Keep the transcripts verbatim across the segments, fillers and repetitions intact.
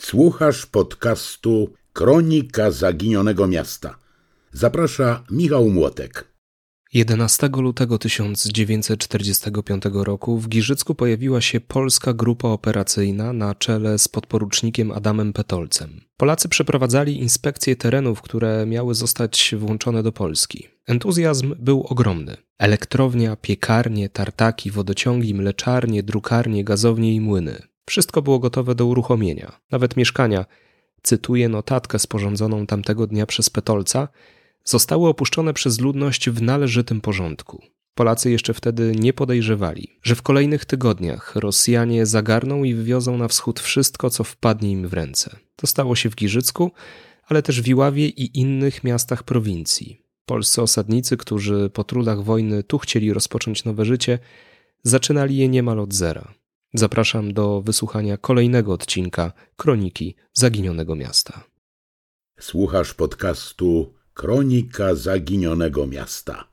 Słuchasz podcastu Kronika Zaginionego Miasta. Zaprasza Michał Młotek. jedenastego lutego tysiąc dziewięćset czterdziestego piątego roku w Giżycku pojawiła się polska grupa operacyjna na czele z podporucznikiem Adamem Petolcem. Polacy przeprowadzali inspekcje terenów, które miały zostać włączone do Polski. Entuzjazm był ogromny. Elektrownia, piekarnie, tartaki, wodociągi, mleczarnie, drukarnie, gazownie i młyny. Wszystko było gotowe do uruchomienia. Nawet mieszkania, cytuję notatkę sporządzoną tamtego dnia przez Petolca, zostały opuszczone przez ludność w należytym porządku. Polacy jeszcze wtedy nie podejrzewali, że w kolejnych tygodniach Rosjanie zagarną i wywiozą na wschód wszystko, co wpadnie im w ręce. To stało się w Giżycku, ale też w Iławie i innych miastach prowincji. Polscy osadnicy, którzy po trudach wojny tu chcieli rozpocząć nowe życie, zaczynali je niemal od zera. Zapraszam do wysłuchania kolejnego odcinka Kroniki Zaginionego Miasta. Słuchasz podcastu Kronika Zaginionego Miasta.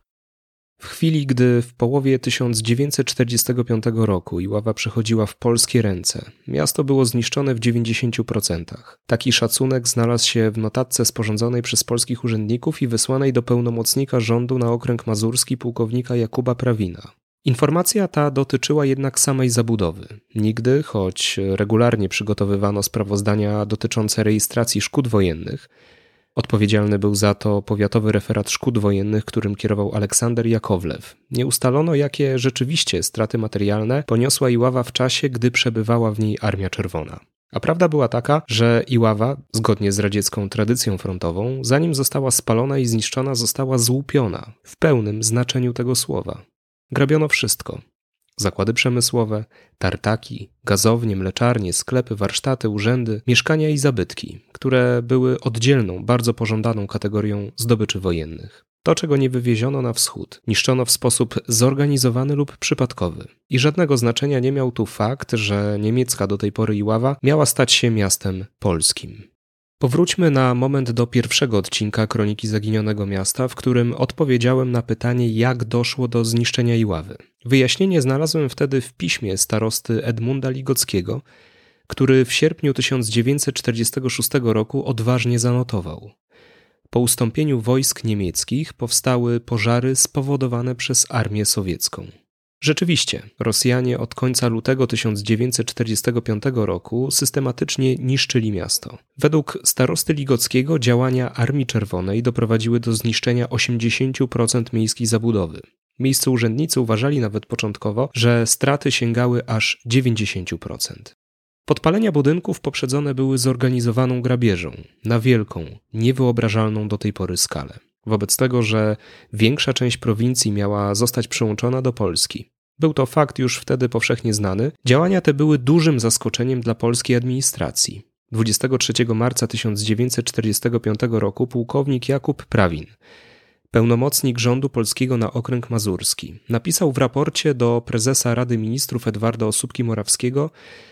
W chwili, gdy w połowie tysiąc dziewięćset czterdziestego piątego roku Iława przechodziła w polskie ręce, miasto było zniszczone w dziewięćdziesięciu procentach. Taki szacunek znalazł się w notatce sporządzonej przez polskich urzędników i wysłanej do pełnomocnika rządu na okręg mazurski pułkownika Jakuba Prawina. Informacja ta dotyczyła jednak samej zabudowy. Nigdy, choć regularnie przygotowywano sprawozdania dotyczące rejestracji szkód wojennych, odpowiedzialny był za to powiatowy referat szkód wojennych, którym kierował Aleksander Jakowlew. Nie ustalono, jakie rzeczywiście straty materialne poniosła Iława w czasie, gdy przebywała w niej Armia Czerwona. A prawda była taka, że Iława, zgodnie z radziecką tradycją frontową, zanim została spalona i zniszczona, została złupiona w pełnym znaczeniu tego słowa. Grabiono wszystko. Zakłady przemysłowe, tartaki, gazownie, mleczarnie, sklepy, warsztaty, urzędy, mieszkania i zabytki, które były oddzielną, bardzo pożądaną kategorią zdobyczy wojennych. To, czego nie wywieziono na wschód, niszczono w sposób zorganizowany lub przypadkowy. I żadnego znaczenia nie miał tu fakt, że niemiecka do tej pory Iława miała stać się miastem polskim. Powróćmy na moment do pierwszego odcinka Kroniki Zaginionego Miasta, w którym odpowiedziałem na pytanie, jak doszło do zniszczenia Iławy. Wyjaśnienie znalazłem wtedy w piśmie starosty Edmunda Ligockiego, który w sierpniu tysiąc dziewięćset czterdziestego szóstego roku odważnie zanotował. Po ustąpieniu wojsk niemieckich powstały pożary spowodowane przez armię sowiecką. Rzeczywiście, Rosjanie od końca lutego tysiąc dziewięćset czterdziestego piątego roku systematycznie niszczyli miasto. Według starosty Ligockiego działania Armii Czerwonej doprowadziły do zniszczenia osiemdziesięciu procent miejskiej zabudowy. Miejscy urzędnicy uważali nawet początkowo, że straty sięgały aż dziewięćdziesiąt procent. Podpalenia budynków poprzedzone były zorganizowaną grabieżą na wielką, niewyobrażalną do tej pory skalę. Wobec tego, że większa część prowincji miała zostać przyłączona do Polski. Był to fakt już wtedy powszechnie znany. Działania te były dużym zaskoczeniem dla polskiej administracji. dwudziestego trzeciego marca tysiąc dziewięćset czterdziestego piątego roku pułkownik Jakub Prawin, pełnomocnik rządu polskiego na okręg mazurski, napisał w raporcie do prezesa Rady Ministrów Edwarda Osóbki-Morawskiego,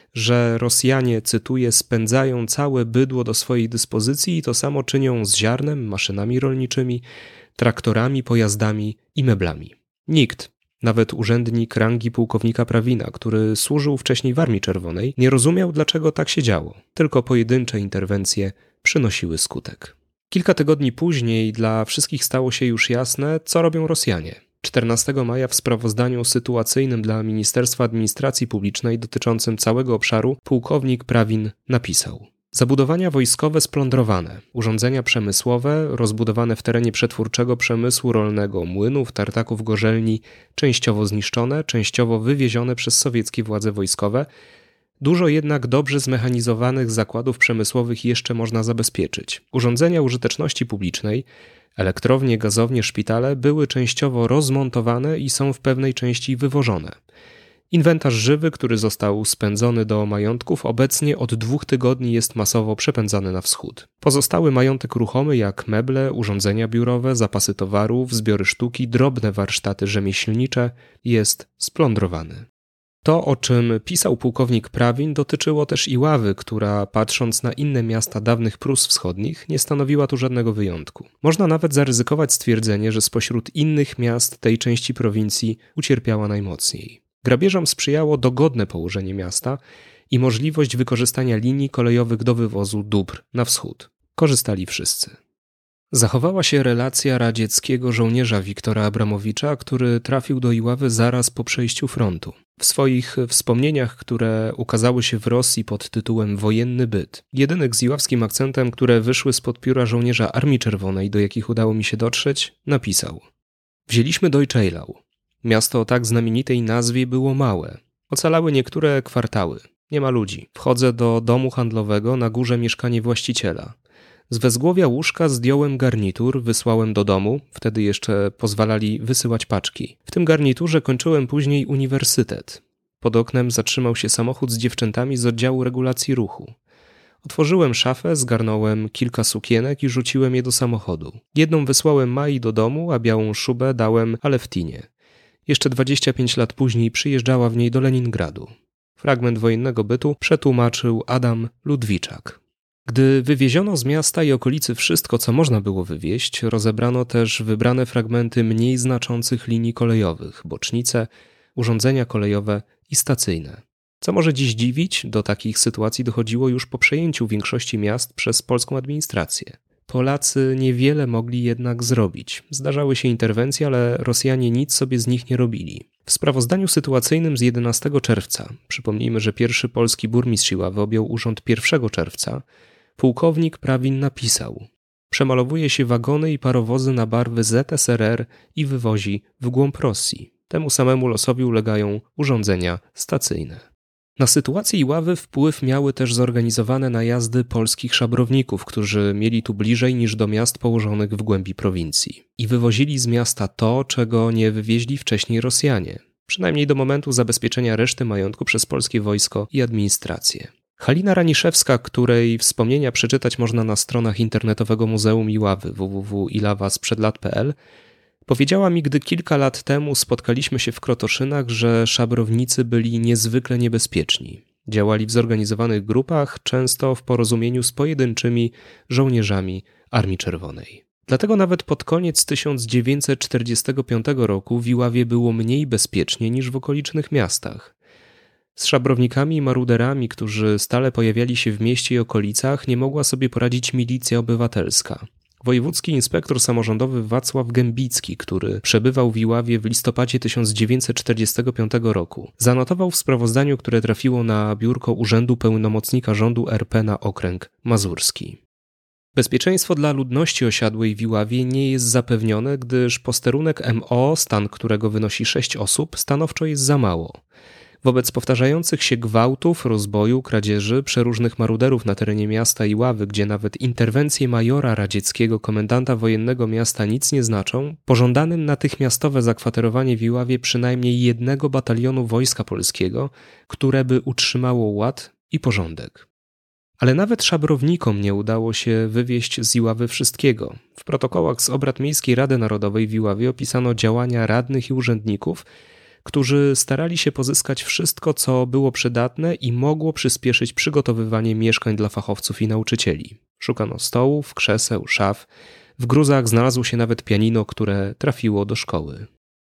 że Rosjanie, cytuję, spędzają całe bydło do swojej dyspozycji i to samo czynią z ziarnem, maszynami rolniczymi, traktorami, pojazdami i meblami. Nikt, nawet urzędnik rangi pułkownika Prawina, który służył wcześniej w Armii Czerwonej, nie rozumiał, dlaczego tak się działo. Tylko pojedyncze interwencje przynosiły skutek. Kilka tygodni później dla wszystkich stało się już jasne, co robią Rosjanie. czternastego maja w sprawozdaniu sytuacyjnym dla Ministerstwa Administracji Publicznej dotyczącym całego obszaru pułkownik Prawin napisał: zabudowania wojskowe splądrowane, urządzenia przemysłowe rozbudowane w terenie przetwórczego przemysłu rolnego, młynów, tartaków, gorzelni, częściowo zniszczone, częściowo wywiezione przez sowieckie władze wojskowe. Dużo jednak dobrze zmechanizowanych zakładów przemysłowych jeszcze można zabezpieczyć. Urządzenia użyteczności publicznej, elektrownie, gazownie, szpitale były częściowo rozmontowane i są w pewnej części wywożone. Inwentarz żywy, który został spędzony do majątków, obecnie od dwóch tygodni jest masowo przepędzany na wschód. Pozostały majątek ruchomy jak meble, urządzenia biurowe, zapasy towarów, zbiory sztuki, drobne warsztaty rzemieślnicze jest splądrowany. To, o czym pisał pułkownik Prawin, dotyczyło też Iławy, która, patrząc na inne miasta dawnych Prus Wschodnich, nie stanowiła tu żadnego wyjątku. Można nawet zaryzykować stwierdzenie, że spośród innych miast tej części prowincji ucierpiała najmocniej. Grabieżom sprzyjało dogodne położenie miasta i możliwość wykorzystania linii kolejowych do wywozu dóbr na wschód. Korzystali wszyscy. Zachowała się relacja radzieckiego żołnierza Wiktora Abramowicza, który trafił do Iławy zaraz po przejściu frontu. W swoich wspomnieniach, które ukazały się w Rosji pod tytułem Wojenny byt, jedynych z iławskim akcentem, które wyszły spod pióra żołnierza Armii Czerwonej, do jakich udało mi się dotrzeć, napisał: Wzięliśmy Deutscheilau. Miasto o tak znamienitej nazwie było małe. Ocalały niektóre kwartały. Nie ma ludzi. Wchodzę do domu handlowego, na górze mieszkanie właściciela. Z wezgłowia łóżka zdjąłem garnitur, wysłałem do domu, wtedy jeszcze pozwalali wysyłać paczki. W tym garniturze kończyłem później uniwersytet. Pod oknem zatrzymał się samochód z dziewczętami z oddziału regulacji ruchu. Otworzyłem szafę, zgarnąłem kilka sukienek i rzuciłem je do samochodu. Jedną wysłałem Mai do domu, a białą szubę dałem Alewtinie. Jeszcze dwadzieścia pięć lat później przyjeżdżała w niej do Leningradu. Fragment wojennego bytu przetłumaczył Adam Ludwiczak. Gdy wywieziono z miasta i okolicy wszystko, co można było wywieźć, rozebrano też wybrane fragmenty mniej znaczących linii kolejowych, bocznice, urządzenia kolejowe i stacyjne. Co może dziś dziwić, do takich sytuacji dochodziło już po przejęciu większości miast przez polską administrację. Polacy niewiele mogli jednak zrobić. Zdarzały się interwencje, ale Rosjanie nic sobie z nich nie robili. W sprawozdaniu sytuacyjnym z jedenastego czerwca, przypomnijmy, że pierwszy polski burmistrz Iławy objął urząd pierwszego czerwca, pułkownik Prawin napisał: Przemalowuje się wagony i parowozy na barwy Z S R R i wywozi w głąb Rosji. Temu samemu losowi ulegają urządzenia stacyjne. Na sytuację Iławy wpływ miały też zorganizowane najazdy polskich szabrowników, którzy mieli tu bliżej niż do miast położonych w głębi prowincji. I wywozili z miasta to, czego nie wywieźli wcześniej Rosjanie, przynajmniej do momentu zabezpieczenia reszty majątku przez polskie wojsko i administrację. Halina Raniszewska, której wspomnienia przeczytać można na stronach internetowego Muzeum Iławy w w w kropka ilawa sprzed lat kropka p l, powiedziała mi, gdy kilka lat temu spotkaliśmy się w Krotoszynach, że szabrownicy byli niezwykle niebezpieczni. Działali w zorganizowanych grupach, często w porozumieniu z pojedynczymi żołnierzami Armii Czerwonej. Dlatego nawet pod koniec tysiąc dziewięćset czterdziestego piątego roku w Iławie było mniej bezpiecznie niż w okolicznych miastach. Z szabrownikami i maruderami, którzy stale pojawiali się w mieście i okolicach, nie mogła sobie poradzić milicja obywatelska. Wojewódzki inspektor samorządowy Wacław Gębicki, który przebywał w Iławie w listopadzie tysiąc dziewięćset czterdziestego piątego roku, zanotował w sprawozdaniu, które trafiło na biurko Urzędu Pełnomocnika Rządu R P na okręg mazurski. Bezpieczeństwo dla ludności osiadłej w Iławie nie jest zapewnione, gdyż posterunek M O, stan którego wynosi sześć osób, stanowczo jest za mało. Wobec powtarzających się gwałtów, rozboju, kradzieży, przeróżnych maruderów na terenie miasta Iławy, gdzie nawet interwencje majora radzieckiego, komendanta wojennego miasta nic nie znaczą, pożądanym natychmiastowe zakwaterowanie w Iławie przynajmniej jednego batalionu Wojska Polskiego, które by utrzymało ład i porządek. Ale nawet szabrownikom nie udało się wywieźć z Iławy wszystkiego. W protokołach z obrad Miejskiej Rady Narodowej w Iławie opisano działania radnych i urzędników, którzy starali się pozyskać wszystko, co było przydatne i mogło przyspieszyć przygotowywanie mieszkań dla fachowców i nauczycieli. Szukano stołów, krzeseł, szaf. W gruzach znalazło się nawet pianino, które trafiło do szkoły.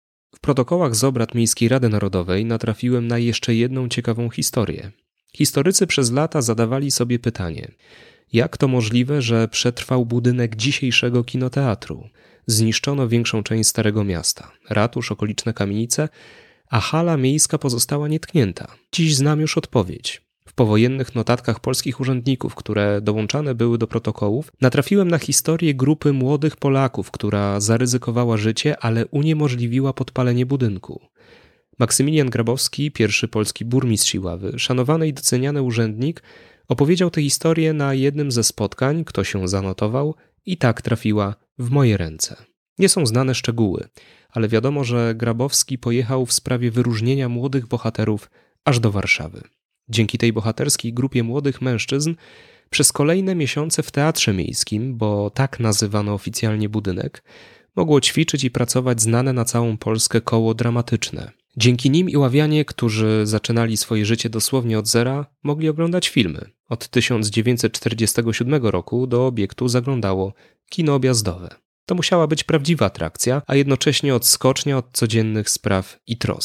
W protokołach z obrad Miejskiej Rady Narodowej natrafiłem na jeszcze jedną ciekawą historię. Historycy przez lata zadawali sobie pytanie, jak to możliwe, że przetrwał budynek dzisiejszego kinoteatru? Zniszczono większą część Starego Miasta, ratusz, okoliczne kamienice, a hala miejska pozostała nietknięta. Dziś znam już odpowiedź. W powojennych notatkach polskich urzędników, które dołączane były do protokołów, natrafiłem na historię grupy młodych Polaków, która zaryzykowała życie, ale uniemożliwiła podpalenie budynku. Maksymilian Grabowski, pierwszy polski burmistrz Iławy, szanowany i doceniany urzędnik, opowiedział tę historię na jednym ze spotkań, kto się zanotował, i tak trafiła w moje ręce. Nie są znane szczegóły, ale wiadomo, że Grabowski pojechał w sprawie wyróżnienia młodych bohaterów aż do Warszawy. Dzięki tej bohaterskiej grupie młodych mężczyzn przez kolejne miesiące w Teatrze Miejskim, bo tak nazywano oficjalnie budynek, mogło ćwiczyć i pracować znane na całą Polskę koło dramatyczne. Dzięki nim iławianie, którzy zaczynali swoje życie dosłownie od zera, mogli oglądać filmy. Od tysiąc dziewięćset czterdziestego siódmego roku do obiektu zaglądało kino objazdowe. To musiała być prawdziwa atrakcja, a jednocześnie odskocznia od codziennych spraw i trosk.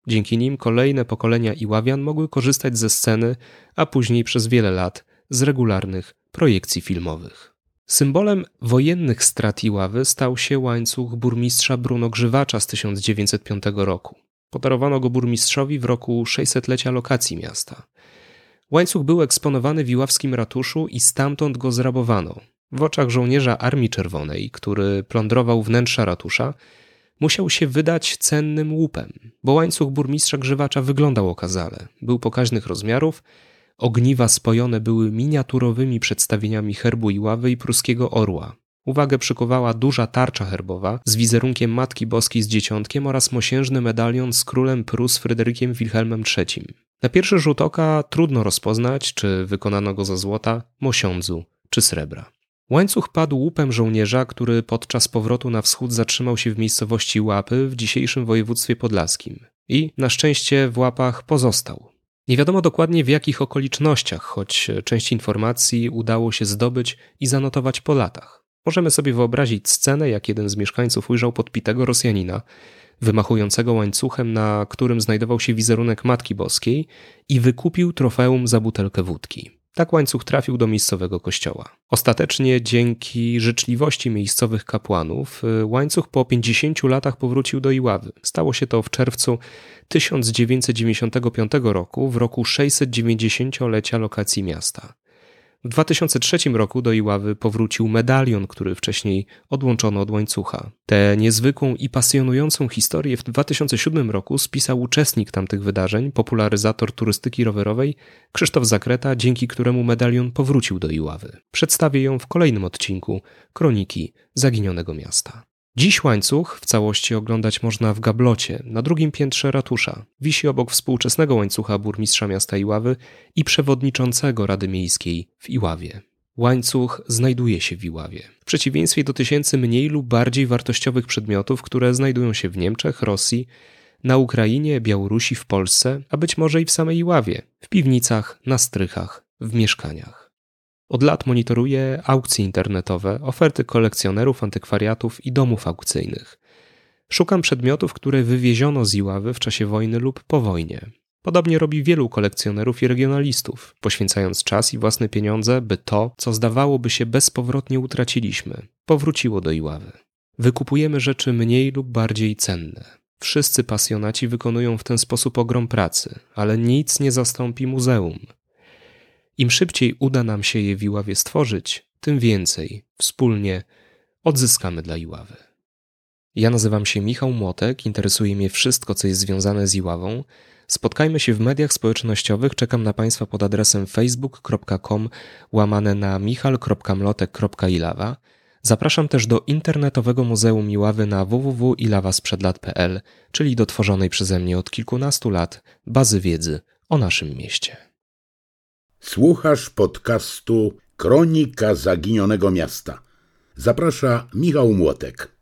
Dzięki nim kolejne pokolenia Iławian mogły korzystać ze sceny, a później przez wiele lat z regularnych projekcji filmowych. Symbolem wojennych strat Iławy stał się łańcuch burmistrza Bruno Grzywacza z tysiąc dziewięćset piątego roku. Podarowano go burmistrzowi w roku sześćsetlecia lokacji miasta. Łańcuch był eksponowany w iławskim ratuszu i stamtąd go zrabowano. W oczach żołnierza Armii Czerwonej, który plądrował wnętrza ratusza, musiał się wydać cennym łupem, bo łańcuch burmistrza Grzywacza wyglądał okazale. Był pokaźnych rozmiarów, ogniwa spojone były miniaturowymi przedstawieniami herbu Iławy i pruskiego orła. Uwagę przykuwała duża tarcza herbowa z wizerunkiem Matki Boskiej z Dzieciątkiem oraz mosiężny medalion z królem Prus Fryderykiem Wilhelmem trzecim. Na pierwszy rzut oka trudno rozpoznać, czy wykonano go ze złota, mosiądzu czy srebra. Łańcuch padł łupem żołnierza, który podczas powrotu na wschód zatrzymał się w miejscowości Łapy w dzisiejszym województwie podlaskim i na szczęście w Łapach pozostał. Nie wiadomo dokładnie w jakich okolicznościach, choć część informacji udało się zdobyć i zanotować po latach. Możemy sobie wyobrazić scenę, jak jeden z mieszkańców ujrzał podpitego Rosjanina, wymachującego łańcuchem, na którym znajdował się wizerunek Matki Boskiej i wykupił trofeum za butelkę wódki. Tak łańcuch trafił do miejscowego kościoła. Ostatecznie dzięki życzliwości miejscowych kapłanów łańcuch po pięćdziesięciu latach powrócił do Iławy. Stało się to w czerwcu tysiąc dziewięćset dziewięćdziesiątego piątego roku, w roku sześćsetdziewięćdziesięciolecia lokacji miasta. W dwa tysiące trzecim roku do Iławy powrócił medalion, który wcześniej odłączono od łańcucha. Tę niezwykłą i pasjonującą historię w dwa tysiące siódmym roku spisał uczestnik tamtych wydarzeń, popularyzator turystyki rowerowej Krzysztof Zakreta, dzięki któremu medalion powrócił do Iławy. Przedstawię ją w kolejnym odcinku Kroniki Zaginionego Miasta. Dziś łańcuch w całości oglądać można w gablocie, na drugim piętrze ratusza. Wisi obok współczesnego łańcucha burmistrza miasta Iławy i przewodniczącego Rady Miejskiej w Iławie. Łańcuch znajduje się w Iławie. W przeciwieństwie do tysięcy mniej lub bardziej wartościowych przedmiotów, które znajdują się w Niemczech, Rosji, na Ukrainie, Białorusi, w Polsce, a być może i w samej Iławie, w piwnicach, na strychach, w mieszkaniach. Od lat monitoruję aukcje internetowe, oferty kolekcjonerów, antykwariatów i domów aukcyjnych. Szukam przedmiotów, które wywieziono z Iławy w czasie wojny lub po wojnie. Podobnie robi wielu kolekcjonerów i regionalistów, poświęcając czas i własne pieniądze, by to, co zdawałoby się bezpowrotnie utraciliśmy, powróciło do Iławy. Wykupujemy rzeczy mniej lub bardziej cenne. Wszyscy pasjonaci wykonują w ten sposób ogrom pracy, ale nic nie zastąpi muzeum. Im szybciej uda nam się je w Iławie stworzyć, tym więcej wspólnie odzyskamy dla Iławy. Ja nazywam się Michał Młotek, interesuje mnie wszystko, co jest związane z Iławą. Spotkajmy się w mediach społecznościowych, czekam na Państwa pod adresem facebook kropka com łamane na michal kropka mlotek kropka ilawa. Zapraszam też do internetowego Muzeum Iławy na w w w kropka ilawasprzedlat kropka p l, czyli do tworzonej przeze mnie od kilkunastu lat bazy wiedzy o naszym mieście. Słuchasz podcastu Kronika Zaginionego Miasta. Zaprasza Michał Młotek.